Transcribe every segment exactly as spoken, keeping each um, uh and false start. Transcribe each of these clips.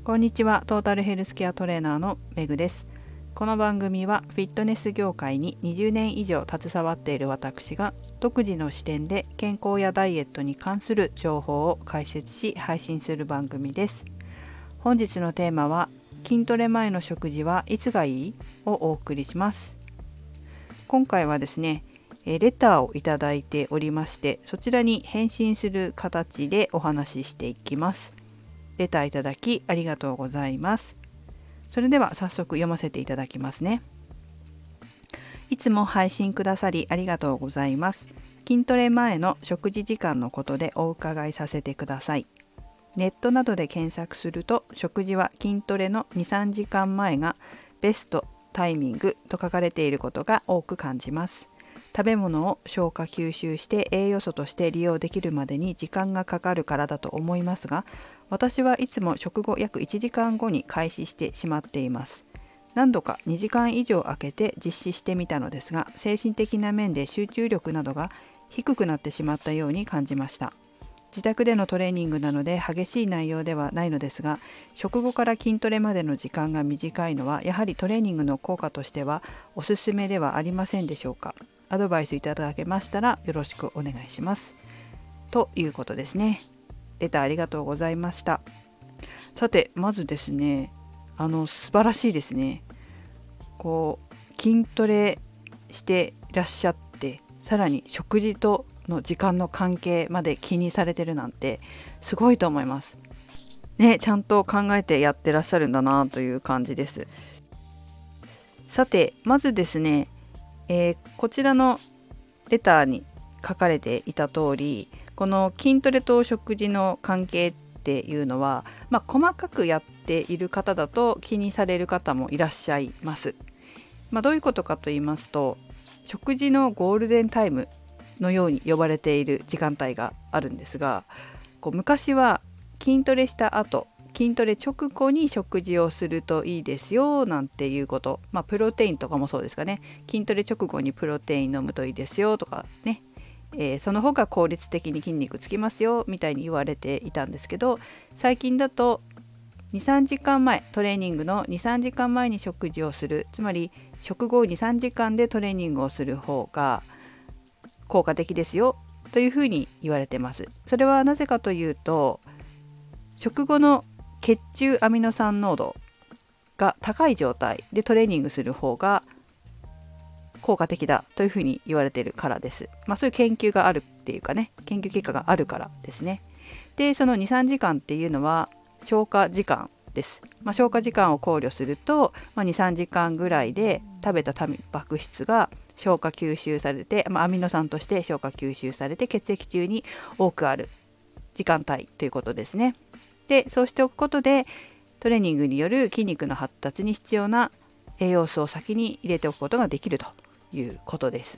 こんにちは。トータルヘルスケアトレーナーのめぐです。この番組はフィットネス業界ににじゅうねん以上携わっている私が独自の視点で健康やダイエットに関する情報を解説し配信する番組です。本日のテーマは筋トレ前の食事はいつがいいをお送りします。今回はですね、レターをいただいておりまして、そちらに返信する形でお話ししていきます。レターいただきありがとうございます。それでは早速読ませていただきますね。いつも配信くださりありがとうございます。筋トレ前の食事時間のことでお伺いさせてください。ネットなどで検索すると、食事は筋トレの にさんじかんまえがベストタイミングと書かれていることが多く感じます。食べ物を消化吸収して栄養素として利用できるまでに時間がかかるからだと思いますが、私はいつも食後約いちじかんごに開始してしまっています。何度かにじかん以上空けて実施してみたのですが、精神的な面で集中力などが低くなってしまったように感じました。自宅でのトレーニングなので激しい内容ではないのですが、食後から筋トレまでの時間が短いのはやはりトレーニングの効果としてはおすすめではありませんでしょうか。アドバイスいただけましたらよろしくお願いします。ということですね。レターありがとうございました。さて、まずですね、あの素晴らしいですね。こう筋トレしていらっしゃって、さらに食事との時間の関係まで気にされてるなんてすごいと思います。ね、ちゃんと考えてやってらっしゃるんだなという感じです。さて、まずですね、えー、こちらのレターに書かれていた通り、この筋トレと食事の関係っていうのは、まあ、細かくやっている方だと気にされる方もいらっしゃいます。まあ、どういうことかと言いますと、食事のゴールデンタイムのように呼ばれている時間帯があるんですが、こう昔は筋トレした後、筋トレ直後に食事をするといいですよなんていうこと、まあプロテインとかもそうですかね。筋トレ直後にプロテイン飲むといいですよとかね、えー、その方が効率的に筋肉つきますよみたいに言われていたんですけど、最近だとにさんじかんまえ、トレーニングのにさんじかんまえに食事をする、つまり食後にさんじかんでトレーニングをする方が効果的ですよというふうに言われてます。それはなぜかというと、食後の血中アミノ酸濃度が高い状態でトレーニングする方が効果的だというふうに言われているからです。まあそういう研究があるっていうかね、研究結果があるからですね。で、そのにさんじかんっていうのは消化時間です。まあ、消化時間を考慮すると、まあ、にさんじかんぐらいで食べたタンパク質が消化吸収されて、まあ、アミノ酸として消化吸収されて血液中に多くある時間帯ということですね。で、そうしておくことでトレーニングによる筋肉の発達に必要な栄養素を先に入れておくことができるということです。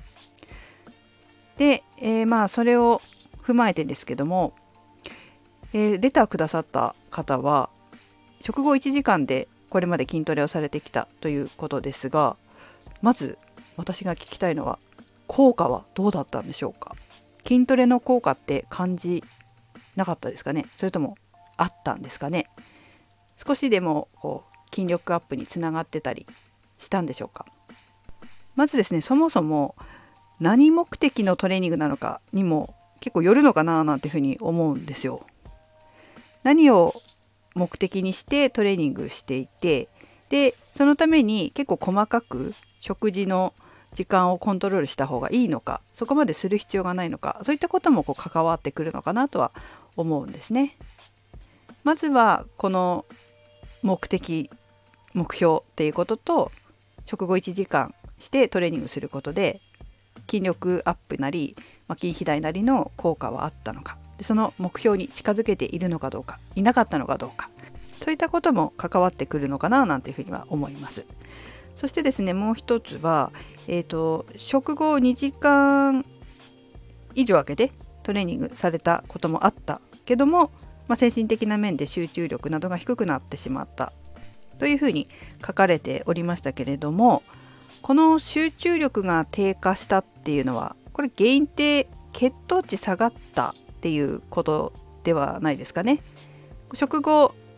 で、えー、まあそれを踏まえてですけども、えー、レターくださった方は食後いちじかんでこれまで筋トレをされてきたということですが、まず私が聞きたいのは、効果はどうだったんでしょうか。筋トレの効果って感じなかったですかね。それともあったんですかね。少しでもこう筋力アップにつながってたりしたんでしょうか。まずですね、そもそも何目的のトレーニングなのかにも結構よるのかななんていうふうに思うんですよ。何を目的にしてトレーニングしていて、でそのために結構細かく食事の時間をコントロールした方がいいのか、そこまでする必要がないのか、そういったこともこう関わってくるのかなとは思うんですね。まずはこの目的目標っていうことと、食後いちじかんしてトレーニングすることで筋力アップなり、まあ、筋肥大なりの効果はあったのか、でその目標に近づけているのかどうか、いなかったのかどうか、そういったことも関わってくるのかななんていうふうには思います。そしてですね、もう一つは、えーと、食後にじかん以上空けてトレーニングされたこともあったけども、まあ、精神的な面で集中力などが低くなってしまったというふうに書かれておりましたけれども、この集中力が低下したっていうのは、これ原因って血糖値下がったっていうことではないですかね。食後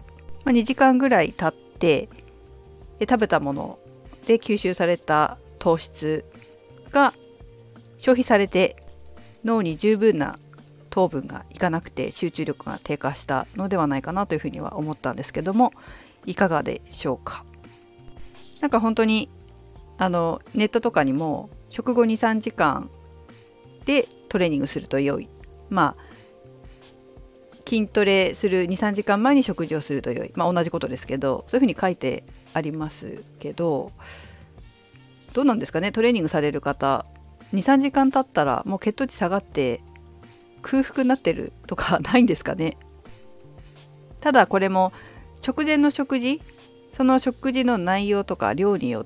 まあ、にじかんぐらい経ってで食べたもので吸収された糖質が消費されて脳に十分な糖分がいかなくて集中力が低下したのではないかなというふうには思ったんですけども、いかがでしょうか。なんか本当にあのネットとかにも食後 にさんじかんでトレーニングすると良い、まあ筋トレする にさんじかんまえに食事をすると良い、まあ同じことですけど、そういうふうに書いてありますけど、どうなんですかね。トレーニングされる方 にさんじかん経ったらもう血糖値下がって空腹になってるとかないんですかね。ただこれも直前の食事、その食事の内容とか量によって、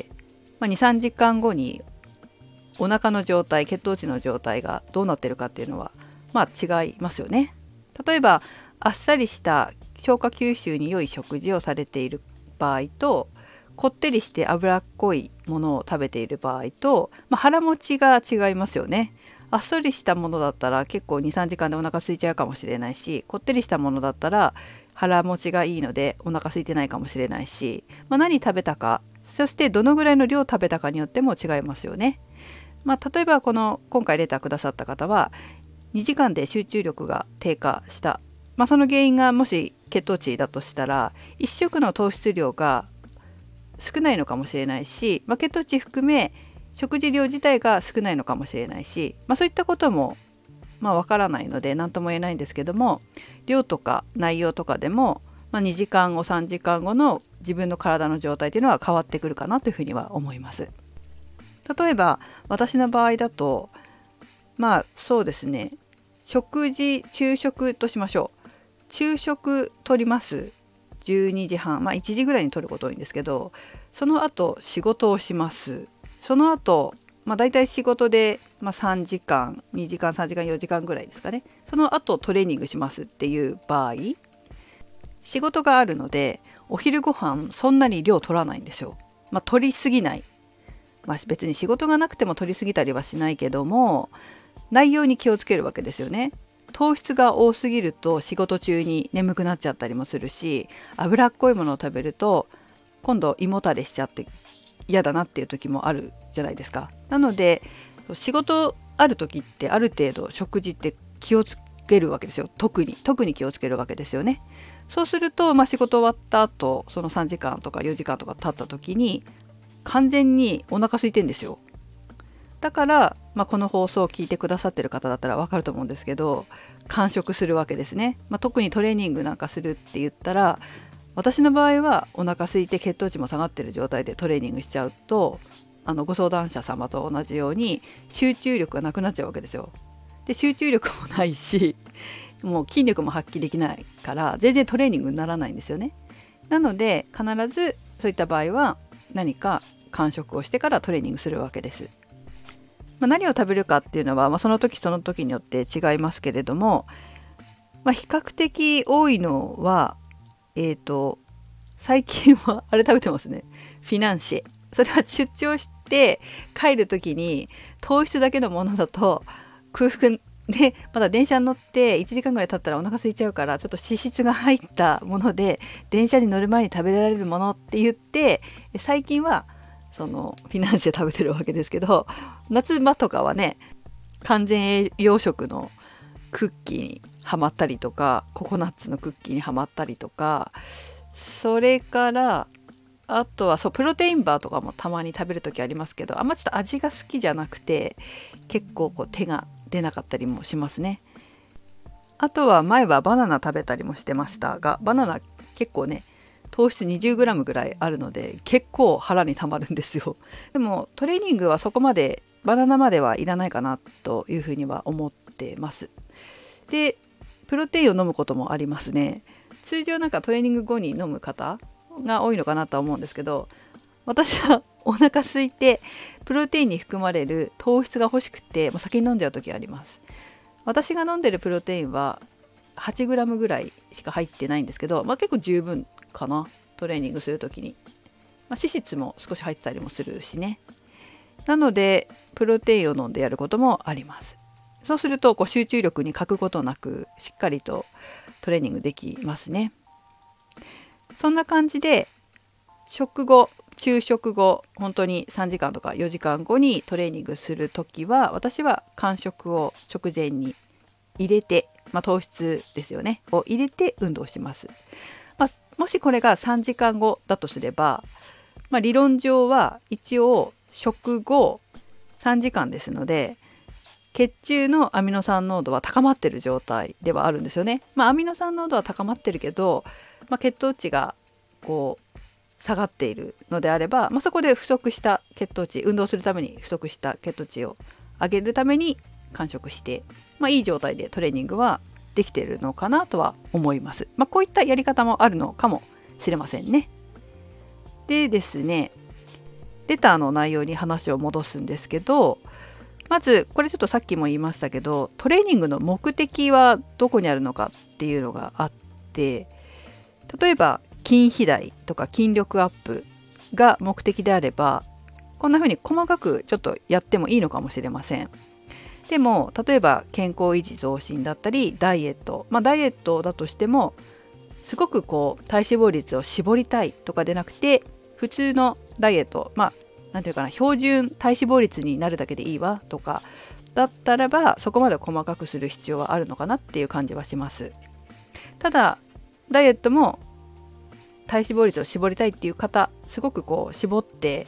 まあ、にさんじかんごにお腹の状態、血糖値の状態がどうなってるかっていうのはまあ違いますよね。例えばあっさりした消化吸収に良い食事をされている場合と、こってりして脂っこいものを食べている場合と、まあ、腹持ちが違いますよね。あっさりしたものだったら結構 にさんじかんでお腹空いちゃうかもしれないし、こってりしたものだったら腹持ちがいいのでお腹空いてないかもしれないし、まあ、何食べたか、そしてどのぐらいの量食べたかによっても違いますよね。まあ、例えばこの今回レターくださった方はにじかんで集中力が低下した、まあ、その原因がもし血糖値だとしたらいっ食の糖質量が少ないのかもしれないし、まあ、血糖値含め食事量自体が少ないのかもしれないし、まあ、そういったこともまあわからないので何とも言えないんですけども、量とか内容とかでも、まあ、にじかんごさんじかんごの自分の体の状態というのは変わってくるかなというふうには思います。例えば私の場合だとまあそうですね、食事昼食としましょう。昼食とりますじゅうにじはん、まあいちじぐらいにとること多いんですけど、その後仕事をします。その後、まあ、だいたい仕事で、まあ、さんじかんにじかんさんじかんよじかんぐらいですかね。その後トレーニングしますっていう場合、仕事があるのでお昼ご飯そんなに量取らないんですよ。まあ取りすぎない、まあ、別に仕事がなくても取りすぎたりはしないけども、内容に気をつけるわけですよね。糖質が多すぎると仕事中に眠くなっちゃったりもするし、脂っこいものを食べると今度胃もたれしちゃって嫌だなっていう時もあるじゃないですか。なので仕事ある時ってある程度食事って気をつけるわけですよ。特に特に気をつけるわけですよね。そうすると、まあ、仕事終わった後そのさんじかんとかよじかんとか経った時に完全にお腹空いてんですよ。だから、まあ、この放送を聞いてくださってる方だったら分かると思うんですけど、間食するわけですね。まあ、特にトレーニングなんかするって言ったら、私の場合はお腹空いて血糖値も下がってる状態でトレーニングしちゃうと、あのご相談者様と同じように集中力がなくなっちゃうわけですよ。で集中力もないし、もう筋力も発揮できないから全然トレーニングにならないんですよね。なので必ずそういった場合は何か間食をしてからトレーニングするわけです。まあ、何を食べるかっていうのは、まあ、その時その時によって違いますけれども、まあ、比較的多いのはえーと最近はあれ食べてますね。フィナンシェ。それは出張して帰る時に糖質だけのものだと空腹で、まだ電車に乗っていちじかんぐらい経ったらお腹空いちゃうから、ちょっと脂質が入ったもので電車に乗る前に食べられるものって言って、最近はそのフィナンシェ食べてるわけですけど、夏場とかはね完全栄養食のクッキーにハマったりとか、ココナッツのクッキーにハマったりとか、それからあとはそうプロテインバーとかもたまに食べる時ありますけど、あんまちょっと味が好きじゃなくて結構こう手が出なかったりもしますね。あとは前はバナナ食べたりもしてましたが、バナナ結構ね糖質 にじゅうグラム ぐらいあるので結構腹にたまるんですよ。でもトレーニングはそこまでバナナまではいらないかなというふうには思ってます。でプロテインを飲むこともありますね。通常なんかトレーニング後に飲む方が多いのかなとは思うんですけど、私はお腹空いてプロテインに含まれる糖質が欲しくてもう先に飲んじゃう時あります。私が飲んでるプロテインは はちグラム ぐらいしか入ってないんですけど、まあ、結構十分かな。トレーニングする時に、まあ、脂質も少し入ってたりもするしね。なのでプロテインを飲んでやることもあります。そうするとこう集中力に欠くことなくしっかりとトレーニングできますね。 そんな感じで食後昼食後本当にさんじかんとかよじかんごにトレーニングするときは私は間食を食前に入れて、まあ、糖質ですよねを入れて運動します。まあ、もしこれがさんじかんごだとすれば、まあ、理論上は一応食後さんじかんですので血中のアミノ酸濃度は高まってる状態ではあるんですよね。まあ、アミノ酸濃度は高まってるけど、まあ、血糖値がこう下がっているのであれば、まあ、そこで不足した血糖値運動するために不足した血糖値を上げるために間食して、まあ、いい状態でトレーニングはできているのかなとは思います。まあ、こういったやり方もあるのかもしれませんね。でですね、レターの内容に話を戻すんですけど、まずこれちょっとさっきも言いましたけど、トレーニングの目的はどこにあるのかっていうのがあって、例えば筋肥大とか筋力アップが目的であればこんな風に細かくちょっとやってもいいのかもしれません。でも例えば健康維持増進だったりダイエット、まあダイエットだとしてもすごくこう体脂肪率を絞りたいとかでなくて、普通のダイエット、まあなんていうかな、標準体脂肪率になるだけでいいわとかだったらばそこまで細かくする必要はあるのかなっていう感じはします。ただダイエットも体脂肪率を絞りたいっていう方、すごくこう絞って、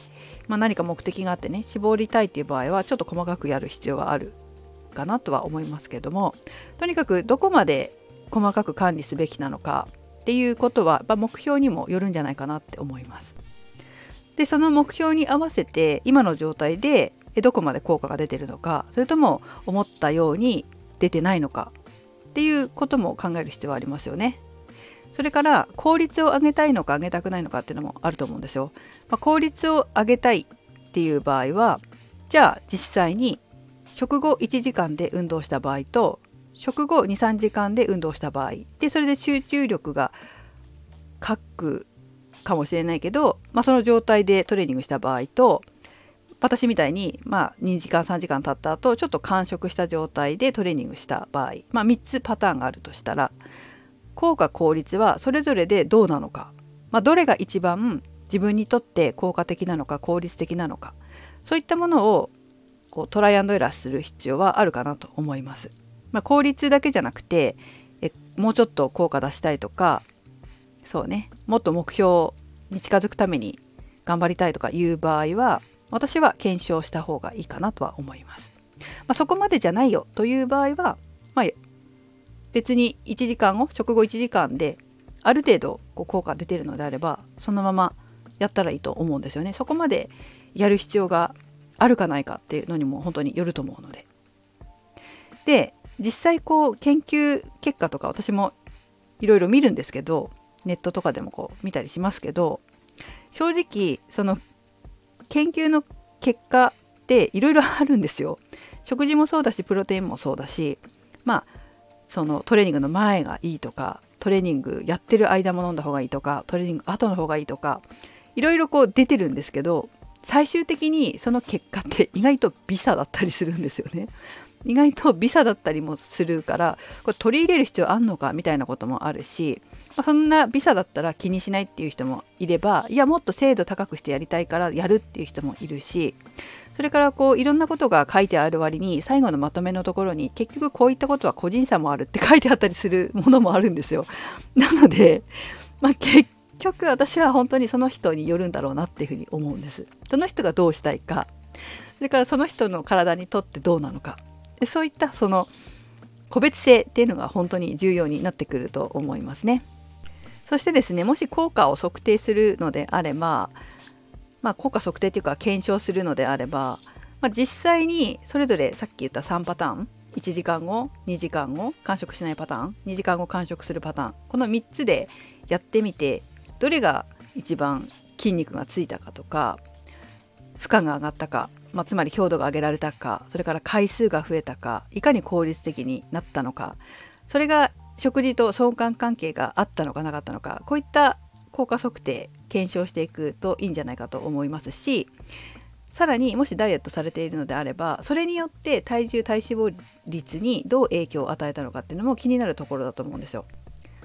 まあ、何か目的があってね絞りたいっていう場合はちょっと細かくやる必要はあるかなとは思いますけども、とにかくどこまで細かく管理すべきなのかっていうことは、まあ、目標にもよるんじゃないかなって思います。でその目標に合わせて今の状態でどこまで効果が出てるのか、それとも思ったように出てないのかっていうことも考える必要はありますよね。それから効率を上げたいのか上げたくないのかっていうのもあると思うんですよ。まあ、効率を上げたいっていう場合は、じゃあ実際に食後いちじかんで運動した場合と食後にさんじかんで運動した場合で、それで集中力が欠くかもしれないけど、まあ、その状態でトレーニングした場合と、私みたいにまあにじかんさんじかん経った後ちょっと間食した状態でトレーニングした場合、まあ、みっつパターンがあるとしたら、効果効率はそれぞれでどうなのか、まあ、どれが一番自分にとって効果的なのか効率的なのか、そういったものをこうトライアンドエラーする必要はあるかなと思います。まあ、効率だけじゃなくてえもうちょっと効果出したいとか、そうね、もっと目標に近づくために頑張りたいとかいう場合は私は検証した方がいいかなとは思います。まあ、そこまでじゃないよという場合は、まあ別にいちじかんを食後いちじかんである程度こう効果出てるのであればそのままやったらいいと思うんですよね。そこまでやる必要があるかないかっていうのにも本当によると思うので。で実際こう研究結果とか私もいろいろ見るんですけど、ネットとかでもこう見たりしますけど、正直その研究の結果っていろいろあるんですよ。食事もそうだしプロテインもそうだし、まあそのトレーニングの前がいいとか、トレーニングやってる間も飲んだ方がいいとか、トレーニング後の方がいいとか、いろいろこう出てるんですけど、最終的にその結果って意外と微差だったりするんですよね。意外と微差だったりもするから、これ取り入れる必要あんのかみたいなこともあるし、まあ、そんな微差だったら気にしないっていう人もいれば、いやもっと精度高くしてやりたいからやるっていう人もいるし、それからこういろんなことが書いてある割に最後のまとめのところに結局こういったことは個人差もあるって書いてあったりするものもあるんですよ。なので、まあ、結局私は本当にその人によるんだろうなっていうふうに思うんです。その人がどうしたいか、それからその人の体にとってどうなのか、でそういったその個別性っていうのが本当に重要になってくると思いますね。そしてですね、もし効果を測定するのであれば、まあ、効果測定というか検証するのであれば、まあ、実際にそれぞれさっき言ったさんパターン、いちじかんごにじかんご間食しないパターン、にじかんご間食するパターン、このみっつでやってみて、どれが一番筋肉がついたかとか負荷が上がったか、まあ、つまり強度が上げられたか、それから回数が増えたか、いかに効率的になったのか、それが食事と相関関係があったのかなかったのか、こういった効果測定検証していくといいんじゃないかと思いますし、さらにもしダイエットされているのであれば、それによって体重体脂肪率にどう影響を与えたのかっていうのも気になるところだと思うんですよ。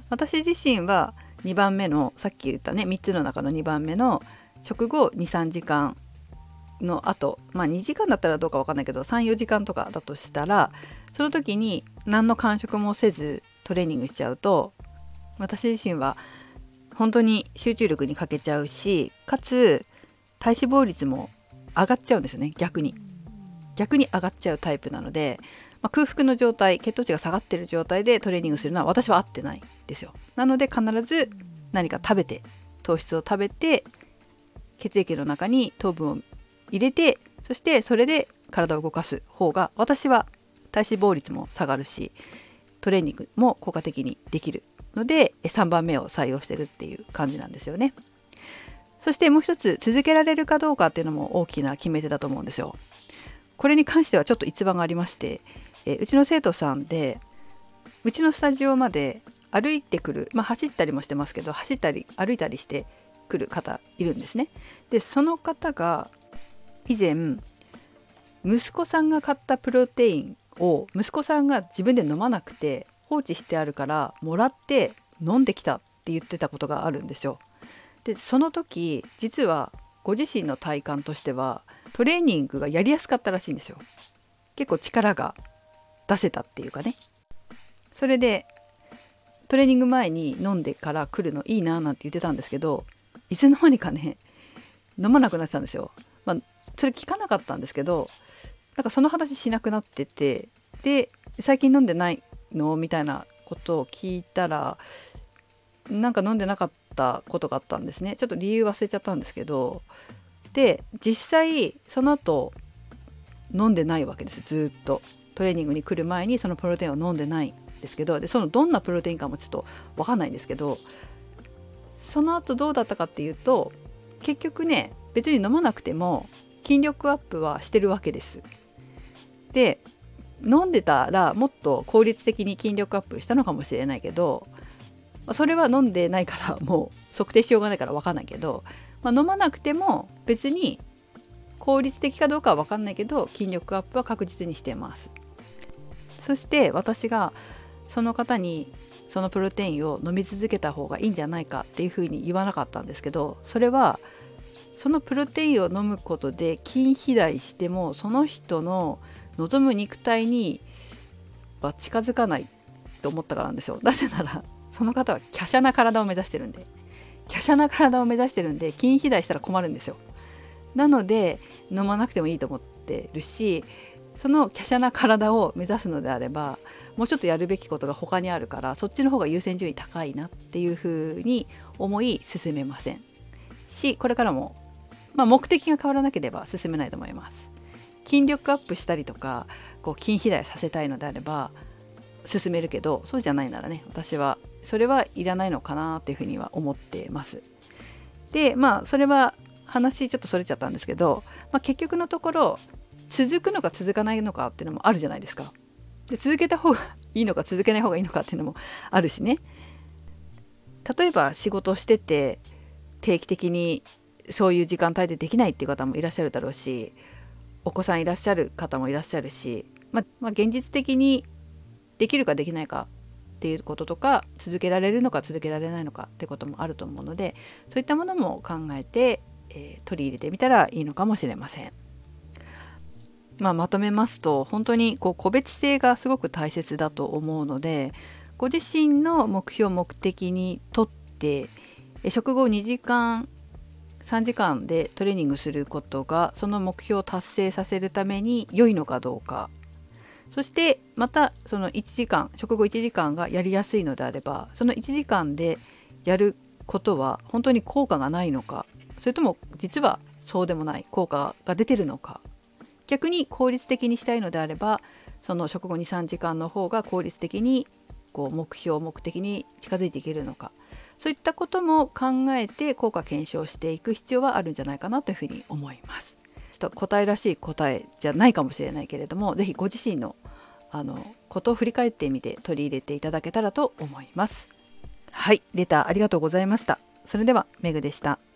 私自身はにばんめのさっき言ったねみっつの中のにばんめの食後 にさんじかんの後、まあにじかんだったらどうか分かんないけど さんよじかんとかだとしたら、その時に何の間食もせずトレーニングしちゃうと、私自身は本当に集中力に欠けちゃうし、かつ体脂肪率も上がっちゃうんですよね。逆に逆に上がっちゃうタイプなので、まあ、空腹の状態、血糖値が下がっている状態でトレーニングするのは私は合ってないんですよ。なので必ず何か食べて、糖質を食べて血液の中に糖分を入れて、そしてそれで体を動かす方が私は体脂肪率も下がるしトレーニングも効果的にできるので、さんばんめを採用してるっていう感じなんですよね。そしてもう一つ、続けられるかどうかっていうのも大きな決め手だと思うんですよ。これに関してはちょっと逸話がありまして、えうちの生徒さんでうちのスタジオまで歩いてくる、まあ走ったりもしてますけど、走ったり歩いたりしてくる方いるんですね。でその方が以前息子さんが買ったプロテインを息子さんが自分で飲まなくて放置してあるからもらって飲んできたって言ってたことがあるんですよ。でその時実はご自身の体感としてはトレーニングがやりやすかったらしいんですよ。結構力が出せたっていうかね。それでトレーニング前に飲んでから来るのいいななんて言ってたんですけど、いつの間にかね飲まなくなってたんですよ。まあそれ聞かなかったんですけど、なんかその話しなくなってて、で最近飲んでないのみたいなことを聞いたら、なんか飲んでなかったことがあったんですね。ちょっと理由忘れちゃったんですけど、で実際その後飲んでないわけです。ずっとトレーニングに来る前にそのプロテインを飲んでないんですけど、でそのどんなプロテインかもちょっと分かんないんですけど、その後どうだったかっていうと、結局ね別に飲まなくても筋力アップはしてるわけです。で飲んでたらもっと効率的に筋力アップしたのかもしれないけど、それは飲んでないからもう測定しようがないから分かんないけど、まあ、飲まなくても別に効率的かどうかは分かんないけど筋力アップは確実にしてます。そして私がその方にそのプロテインを飲み続けた方がいいんじゃないかっていうふうに言わなかったんですけど、それはそのプロテインを飲むことで筋肥大してもその人の望む肉体には近づかないと思ったからなんですよ。なぜならその方は華奢な体を目指してるんで華奢な体を目指してるんで筋肥大したら困るんですよ。なので飲まなくてもいいと思ってるし、その華奢な体を目指すのであればもうちょっとやるべきことが他にあるから、そっちの方が優先順位高いなっていうふうに思い進めませんし、これからも、まあ、目的が変わらなければ進めないと思います。筋力アップしたりとかこう筋肥大させたいのであれば進めるけど、そうじゃないならね、私はそれはいらないのかなっていうふうには思ってます。でまあそれは話ちょっとそれちゃったんですけど、まあ、結局のところ続くのか続かないのかっていうのもあるじゃないですか。で続けた方がいいのか続けない方がいいのかっていうのもあるしね。例えば仕事をしてて定期的にそういう時間帯でできないっていう方もいらっしゃるだろうし、お子さんいらっしゃる方もいらっしゃるし、まあ、まあ現実的にできるかできないかっていうこととか、続けられるのか続けられないのかってこともあると思うので、そういったものも考えて、えー、取り入れてみたらいいのかもしれません。まあ、まとめますと、本当にこう個別性がすごく大切だと思うので、ご自身の目標目的にとって食後にじかんさんじかんでトレーニングすることがその目標を達成させるために良いのかどうか、そしてまたそのいちじかん、食後いちじかんがやりやすいのであれば、そのいちじかんでやることは本当に効果がないのか、それとも実はそうでもない効果が出てるのか、逆に効率的にしたいのであればその食後にさんじかんの方が効率的にこう目標目的に近づいていけるのか、そういったことも考えて効果検証していく必要はあるんじゃないかなというふうに思います。ちょっと答えらしい答えじゃないかもしれないけれども、ぜひご自身のあのことを振り返ってみて取り入れていただけたらと思います。はい、レターありがとうございました。それではメグでした。